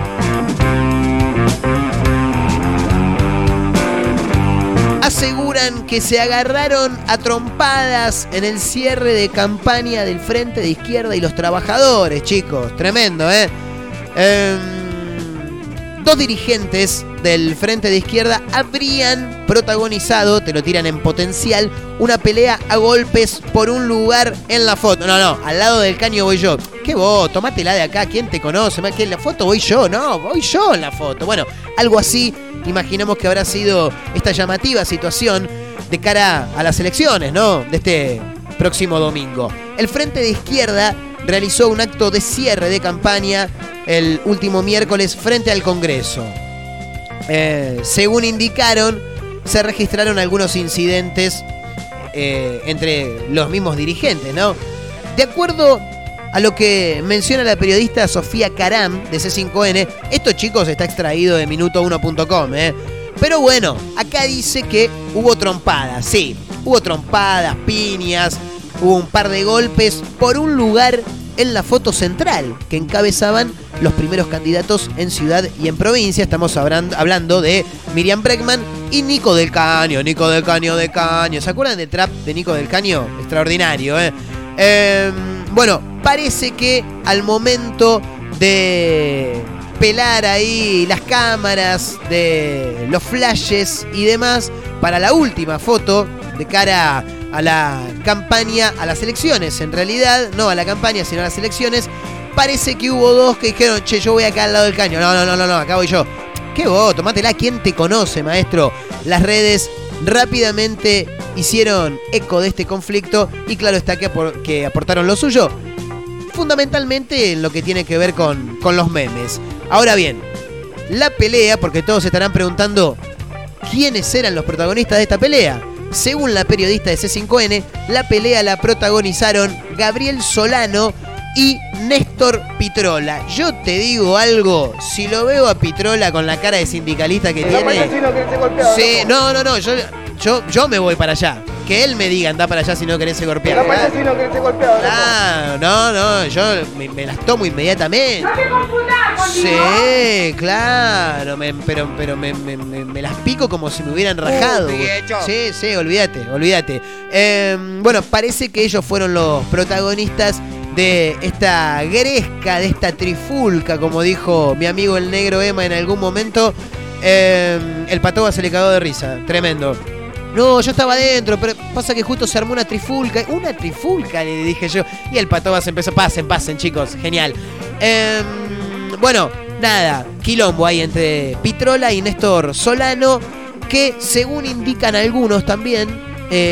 Aseguran que se agarraron a trompadas en el cierre de campaña del Frente de Izquierda y los Trabajadores, chicos. Tremendo, Dos dirigentes del Frente de Izquierda habrían protagonizado, te lo tiran en potencial, una pelea a golpes por un lugar en la foto. No, al lado del caño voy yo. ¿Qué vos? Tomátela de acá, ¿quién te conoce? ¿Que en la foto voy yo? No, voy yo en la foto. Bueno, algo así imaginamos que habrá sido esta llamativa situación de cara a las elecciones, ¿no? De este próximo domingo. El Frente de Izquierda realizó un acto de cierre de campaña el último miércoles frente al Congreso. Según indicaron, se registraron algunos incidentes entre los mismos dirigentes, ¿no? De acuerdo a lo que menciona la periodista Sofía Caram de C5N, esto, chicos, está extraído de minuto1.com, Pero bueno, acá dice que hubo trompadas, sí, hubo trompadas, piñas, hubo un par de golpes por un lugar en la foto central que encabezaban los primeros candidatos en ciudad y en provincia. Estamos hablando de Miriam Bregman y Nico del Caño. ¿Se acuerdan del trap de Nico del Caño? Extraordinario, Bueno, parece que al momento de pelar ahí las cámaras, de los flashes y demás para la última foto de cara a la campaña, a las elecciones. En realidad, no a la campaña, sino a las elecciones. Parece que hubo dos que dijeron, che, yo voy acá al lado del caño. No, acá voy yo. ¿Qué vos? Tomátela. ¿Quién te conoce, maestro? Las redes rápidamente hicieron eco de este conflicto y claro está que aportaron lo suyo, fundamentalmente en lo que tiene que ver con los memes. Ahora bien, la pelea, porque todos se estarán preguntando quiénes eran los protagonistas de esta pelea. Según la periodista de C5N, la pelea la protagonizaron Gabriel Solano y Néstor Pitrola. Yo te digo algo, si lo veo a Pitrola con la cara de sindicalista que tiene... Sí, no, yo me voy para allá. Que él me diga, anda para allá si no querés ser golpeado. Si no querés ser golpeado. No, yo me las tomo inmediatamente. ¡No te confundás, sí, claro, pero me las pico como si me hubieran rajado. Sí, olvídate. Bueno, parece que ellos fueron los protagonistas de esta gresca, de esta trifulca, como dijo mi amigo el negro Emma en algún momento. El Patoba se le cagó de risa, tremendo. No, yo estaba adentro, pero pasa que justo se armó una trifulca. Una trifulca, le dije yo. Y el Patoba se empezó, pasen chicos, genial. Bueno, nada, quilombo ahí entre Pitrola y Néstor Solano, que según indican algunos también...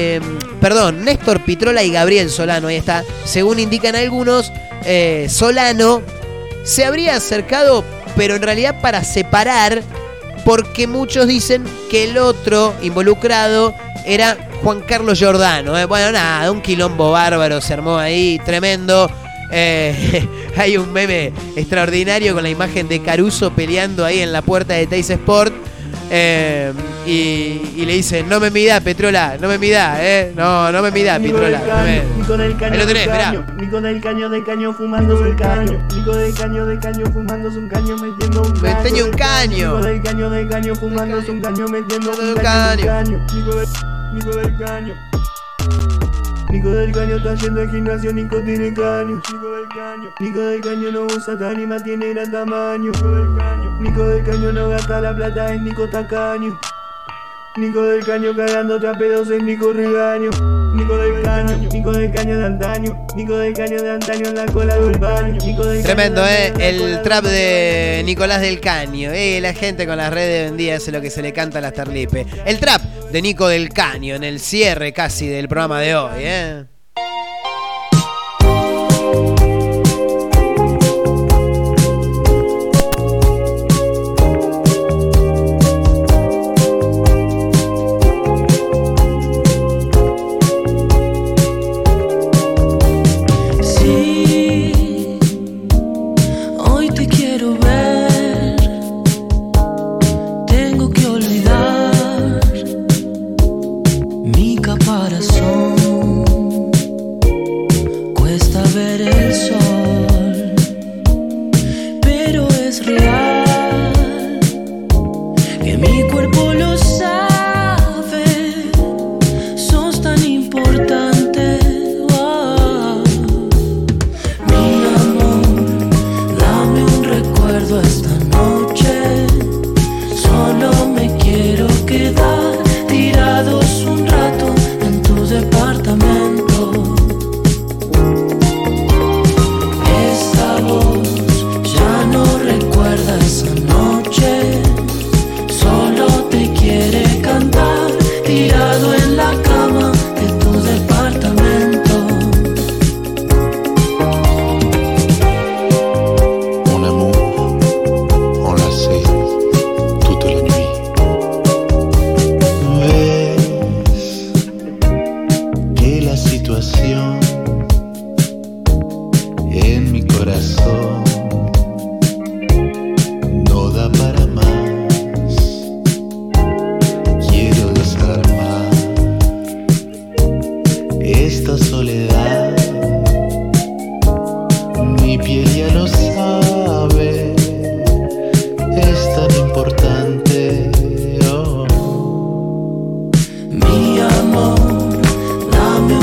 Néstor Pitrola y Gabriel Solano, ahí está. Según indican algunos, Solano se habría acercado, pero en realidad para separar, porque muchos dicen que el otro involucrado era Juan Carlos Giordano. Bueno, nada, un quilombo bárbaro se armó ahí, tremendo. Hay un meme extraordinario con la imagen de Caruso peleando ahí en la puerta de Teis Sport. Y le dicen, no me midá, Pitrola, no me midá, no me midá, Pitrola. Ahí lo tenés, mirá. Nico del caño fumándose un caño. Nico del caño fumándose un caño, metiendo un caño. Metiendo un caño. Nico del caño fumándose un caño, metiendo un caño. Nico del caño. Nico del caño está yendo al gimnasio, Nico tiene caño. Nico del caño no usa tarima, tiene gran tamaño. Nico del caño no gasta la plata, es Nico tacaño. Nico del caño cagando trapedos, es Nico regaño. Nico del caño de antaño. Nico del caño de antaño en la cola del baño. Tremendo, el trap de Nicolás del Caño. La gente con las redes de hoy en día hace lo que se le canta a las tarlipe. El trap de Nico del Caño en el cierre casi del programa de hoy,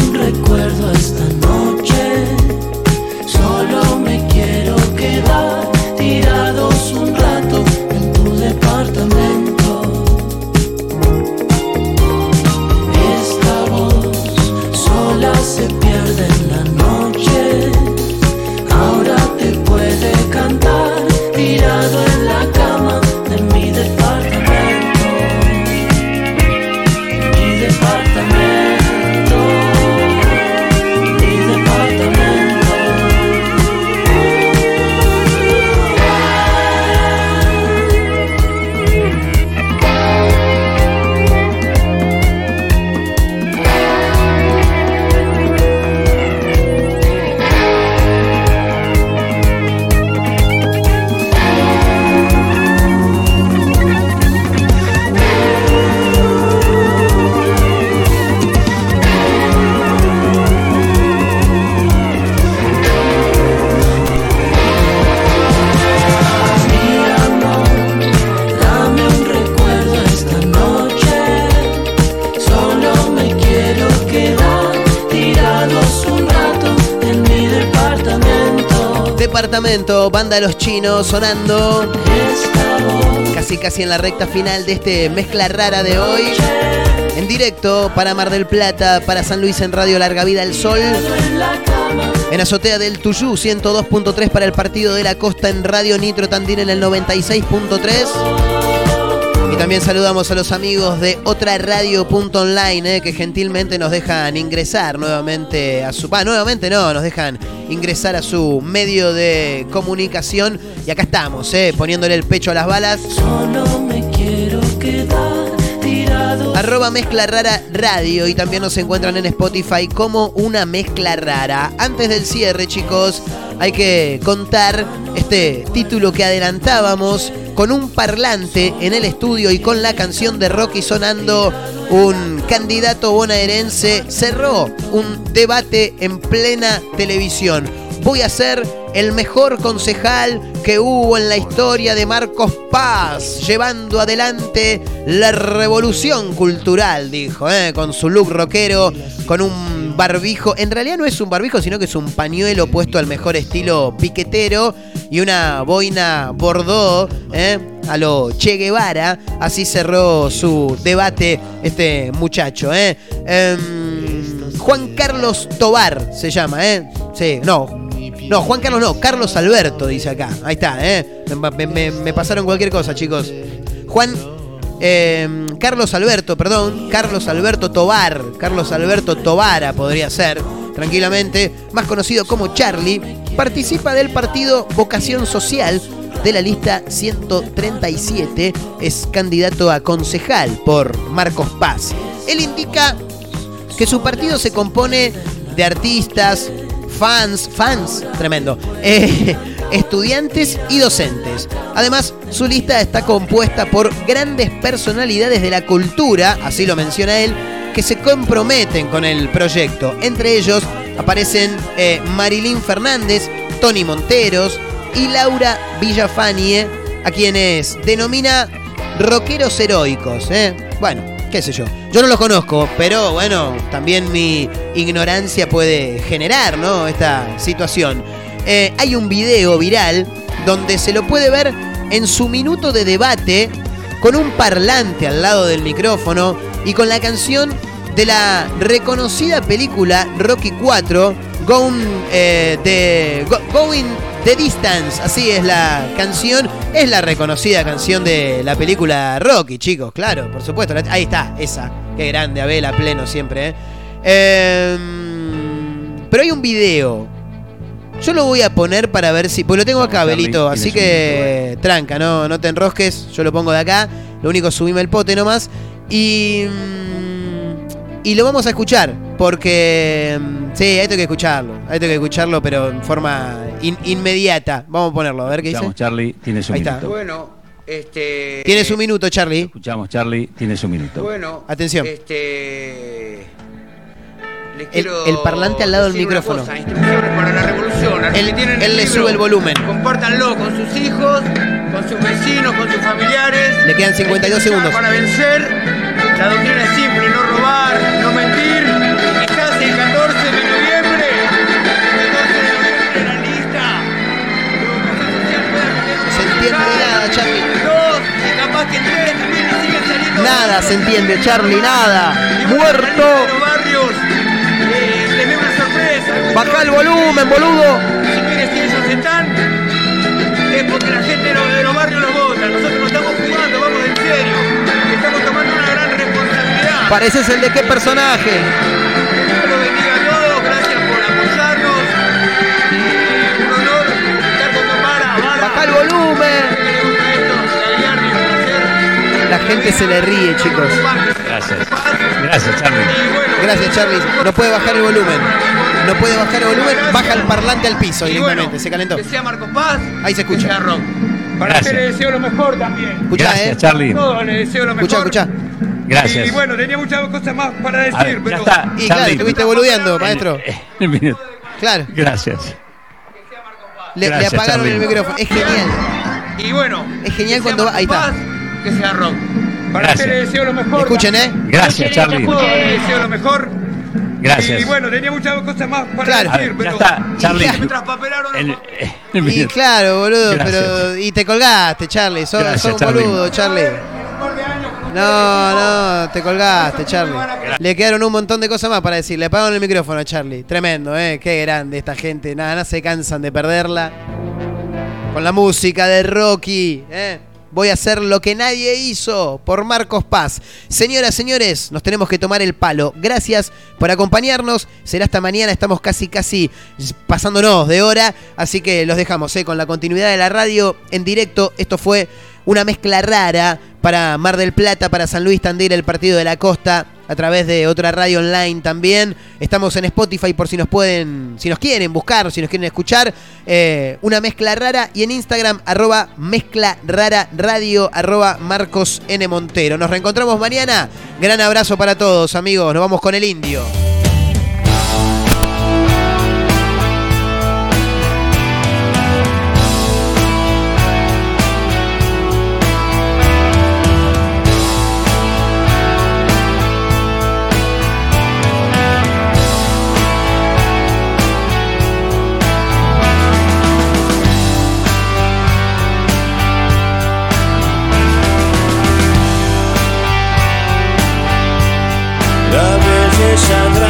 Esta noche solo me quiero quedar Departamento, Banda de los Chinos, sonando casi en la recta final de este Mezcla Rara de hoy. En directo para Mar del Plata, para San Luis en Radio Larga Vida al Sol. En Azotea del Tuyú, 102.3 para el Partido de la Costa, en Radio Nitro Tandil en el 96.3. Y también saludamos a los amigos de Otra Radio.online, que gentilmente nos dejan ingresar nuevamente a su... nuevamente no, nos dejan ingresar a su medio de comunicación. Y acá estamos, poniéndole el pecho a las balas. Solo me quiero quedar tirado. @Mezcla Rara Radio, y también nos encuentran en Spotify como Una Mezcla Rara. Antes del cierre, chicos, hay que contar este título que adelantábamos. Con un parlante en el estudio y con la canción de Rocky sonando, un candidato bonaerense cerró un debate en plena televisión. Voy a ser el mejor concejal que hubo en la historia de Marcos Paz, llevando adelante la revolución cultural, dijo, con su look rockero, con un barbijo. En realidad no es un barbijo, sino que es un pañuelo puesto al mejor estilo piquetero y una boina bordó, a lo Che Guevara. Así cerró su debate este muchacho, Juan Carlos Tobar se llama, sí, no, Juan Carlos no, Carlos Alberto dice acá. Ahí está, me pasaron cualquier cosa, chicos. Carlos Alberto Tobar, Carlos Alberto Tobara podría ser, tranquilamente, más conocido como Charlie, participa del partido Vocación Social de la lista 137, es candidato a concejal por Marcos Paz. Él indica que su partido se compone de artistas, fans, tremendo, estudiantes y docentes. Además, su lista está compuesta por grandes personalidades de la cultura, así lo menciona él, que se comprometen con el proyecto. Entre ellos aparecen Marilyn Fernández, Tony Monteros y Laura Villafañe, a quienes denomina rockeros heroicos. Bueno, qué sé yo. Yo no los conozco, pero bueno, también mi ignorancia puede generar, ¿no?, esta situación. Hay un video viral donde se lo puede ver en su minuto de debate con un parlante al lado del micrófono y con la canción de la reconocida película Rocky 4, Going the Distance. Así es la canción, es la reconocida canción de la película Rocky, chicos, claro, por supuesto. Ahí está, esa. Qué grande, Abel, a pleno siempre, Pero hay un video. Yo lo voy a poner para ver si... Pues lo tengo acá, Abelito, así que tranca, no te enrosques. Yo lo pongo de acá. Lo único, subime el pote nomás. Y lo vamos a escuchar, porque... Sí, esto hay que escucharlo, pero en forma inmediata. Vamos a ponerlo, a ver qué dice. Escuchamos, Charlie, tiene su minuto. Está. Bueno, Tiene su minuto, Charlie. Escuchamos, Charlie, tiene su minuto. Bueno, atención. El parlante al lado del micrófono. Instrucciones para la revolución. Él le sube el volumen. Compártanlo con sus hijos, con sus vecinos, con sus familiares. Le quedan 52 segundos. Para vencer, la doctrina es simple: no robar, no mentir. Y quizás el 14 de noviembre, la lista de Vocación Social pueda tener un... Se entiende nada, Charlie. Dos, y capaz que tres también le siguen saliendo. Nada se entiende, Charlie, nada. Muerto. Baja el volumen, boludo. Si quieres, si ellos están, es porque la gente de los barrios los vota. Nosotros no estamos jugando, vamos en serio. Estamos tomando una gran responsabilidad. Pareces el de qué personaje. Dios los bendiga a todos, gracias por apoyarnos. Un honor estar con Tomara. Baja el volumen. La gente se le ríe, chicos. Gracias, Charlie. Gracias, Charlie. No puede bajar el volumen. Baja el parlante al piso directamente. Bueno, se calentó. Que sea Marcos Paz. Ahí se escucha. Que sea rock. Para usted le deseo lo mejor también. Escuchá, gracias, Charlie. Todo le deseo lo mejor. Escuchá. Gracias. Y bueno, tenía muchas cosas más para decir, ver, pero... Ya está, y claro, estuviste boludeando, maestro. Claro. Gracias. Le apagaron Charlie. el micrófono. Es genial. Y bueno, es genial cuando va. Ahí está. Que sea rock. Para usted le deseo lo mejor. Escuchen, Gracias, Charlie. Le deseo lo mejor. Gracias. Y bueno, tenía muchas cosas más para Claro. decir, Ya pero está, Charlie. me traspapelaron. Y claro, boludo, Gracias. pero. Y te colgaste, Charlie. Sos Gracias, un Charlie. boludo, Charlie. No, te colgaste, Charlie. Le quedaron un montón de cosas más para decir. Le apagaron el micrófono a Charlie. Tremendo, qué grande esta gente. Nada, no se cansan de perderla. Con la música de Rocky, Voy a hacer lo que nadie hizo por Marcos Paz. Señoras, señores, nos tenemos que tomar el palo. Gracias por acompañarnos. Será hasta mañana. Estamos casi pasándonos de hora. Así que los dejamos con la continuidad de la radio en directo. Esto fue una mezcla rara para Mar del Plata, para San Luis Tandil, el Partido de la Costa, a través de otra radio online también. Estamos en Spotify por si nos quieren buscar, si nos quieren escuchar. Una mezcla rara. Y en Instagram, @mezclarararadio, @Marcos N. Montero. Nos reencontramos mañana. Gran abrazo para todos, amigos. Nos vamos con el Indio. La belleza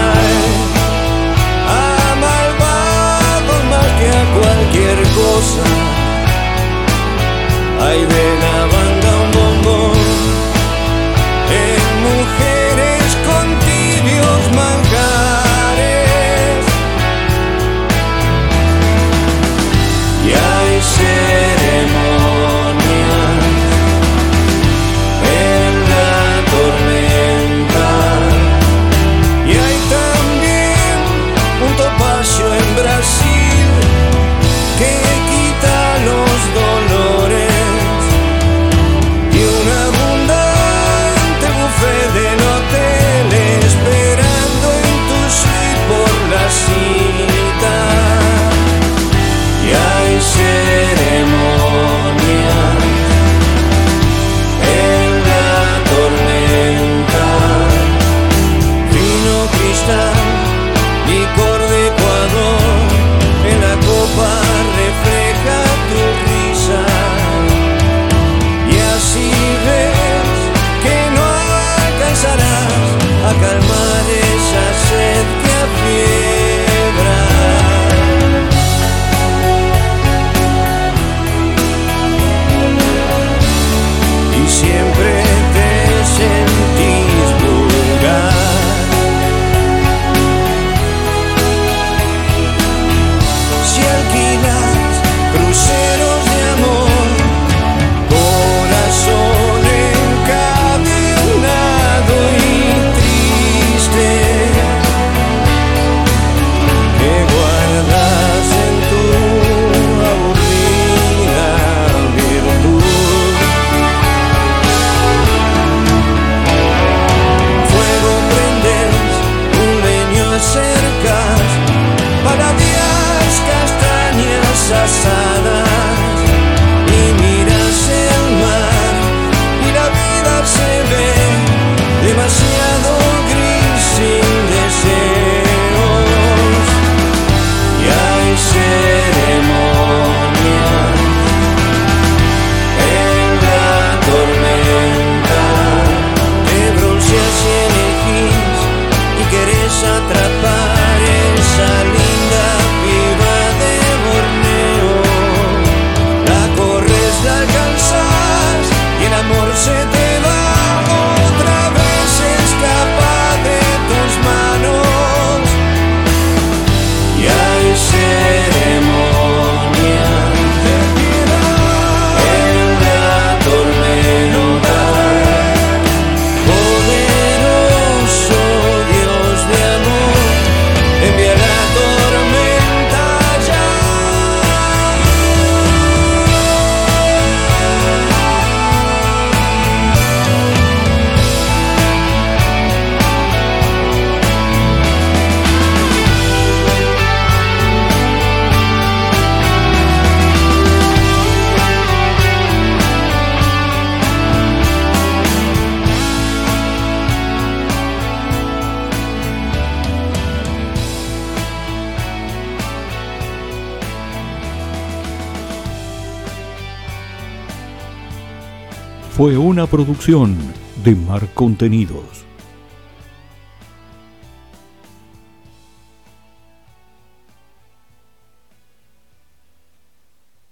fue una producción de Mar Contenidos.